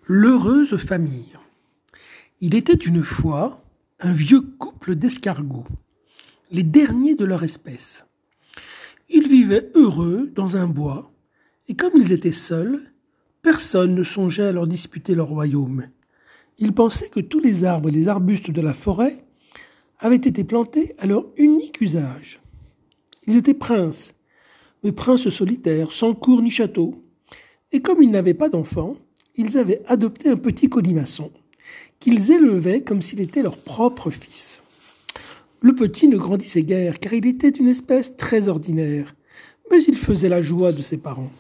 L'heureuse famille. Il était une fois un vieux couple d'escargots, les derniers de leur espèce. Ils vivaient heureux dans un bois, et comme ils étaient seuls, personne ne songeait à leur disputer leur royaume. Ils pensaient que tous les arbres et les arbustes de la forêt avaient été plantés à leur unique usage. Ils étaient princes, mais princes solitaires, sans cour ni château. Et comme ils n'avaient pas d'enfants, ils avaient adopté un petit colimaçon, qu'ils élevaient comme s'il était leur propre fils. Le petit ne grandissait guère, car il était d'une espèce très ordinaire, mais il faisait la joie de ses parents.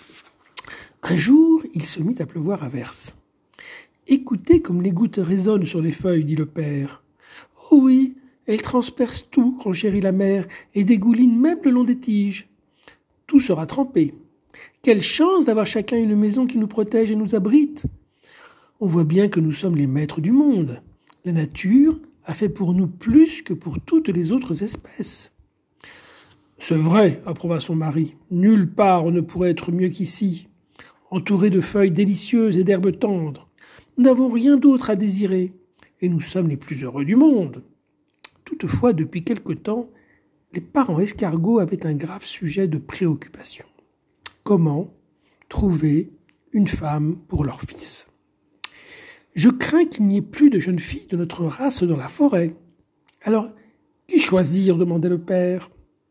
Un jour, il se mit à pleuvoir à verse. « Écoutez comme les gouttes résonnent sur les feuilles, dit le père. « Oh oui, elles transpercent tout, renchérit la mère, et dégoulinent même le long des tiges. Tout sera trempé. Quelle chance d'avoir chacun une maison qui nous protège et nous abrite. On voit bien que nous sommes les maîtres du monde. La nature a fait pour nous plus que pour toutes les autres espèces. » « C'est vrai, approuva son mari. Nulle part on ne pourrait être mieux qu'ici. Entourés de feuilles délicieuses et d'herbes tendres, nous n'avons rien d'autre à désirer, et nous sommes les plus heureux du monde. Toutefois, depuis quelque temps, les parents escargots avaient un grave sujet de préoccupation. Comment trouver une femme pour leur fils? « Je crains qu'il n'y ait plus de jeunes filles de notre race dans la forêt. »« Alors, qui choisir ?» demandait le père.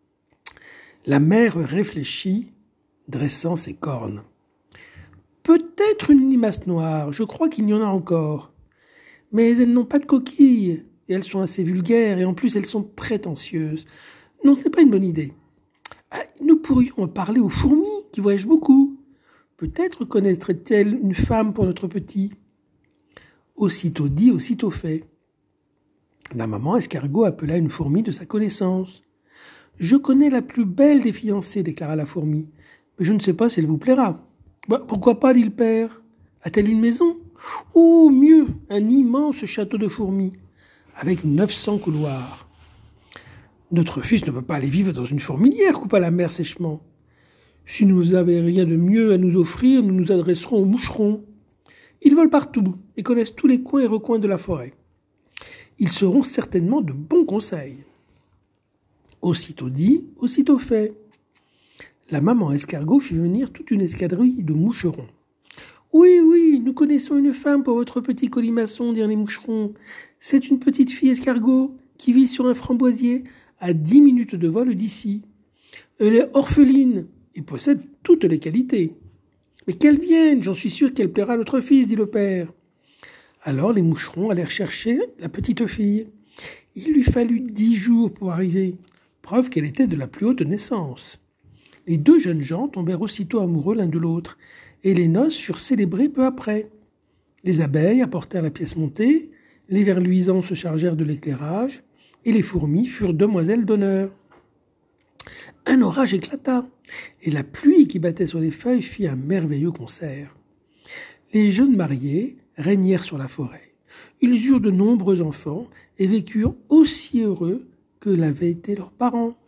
La mère réfléchit, dressant ses cornes. « Peut-être une limace noire, je crois qu'il y en a encore. Mais elles n'ont pas de coquilles, et elles sont assez vulgaires, et en plus elles sont prétentieuses. Non, ce n'est pas une bonne idée. Nous pourrions parler aux fourmis, qui voyagent beaucoup. Peut-être connaîtraient-elles une femme pour notre petit. » Aussitôt dit, aussitôt fait. La maman escargot appela une fourmi de sa connaissance. « Je connais la plus belle des fiancées, déclara la fourmi, mais je ne sais pas si elle vous plaira. »« Pourquoi pas, dit le père. A-t-elle une maison ? » ?»« Oh, mieux, un immense château de fourmis, avec 900 couloirs. »« Notre fils ne peut pas aller vivre dans une fourmilière, coupa la mère sèchement. Si vous n'avez rien de mieux à nous offrir, nous nous adresserons aux moucherons. Ils volent partout et connaissent tous les coins et recoins de la forêt. Ils seront certainement de bons conseils. » Aussitôt dit, aussitôt fait. La maman escargot fit venir toute une escadrille de moucherons. « Oui, oui, nous connaissons une femme pour votre petit colimaçon, dirent les moucherons. C'est une petite fille escargot qui vit sur un framboisier à 10 minutes de vol d'ici. Elle est orpheline et possède toutes les qualités. »« Mais qu'elle vienne, j'en suis sûr qu'elle plaira à notre fils, dit le père. » Alors les moucherons allèrent chercher la petite fille. Il lui fallut 10 jours pour arriver, preuve qu'elle était de la plus haute naissance. Les deux jeunes gens tombèrent aussitôt amoureux l'un de l'autre, et les noces furent célébrées peu après. Les abeilles apportèrent la pièce montée, les vers luisants se chargèrent de l'éclairage, et les fourmis furent demoiselles d'honneur. Un orage éclata, et la pluie qui battait sur les feuilles fit un merveilleux concert. Les jeunes mariés régnèrent sur la forêt. Ils eurent de nombreux enfants et vécurent aussi heureux que l'avaient été leurs parents.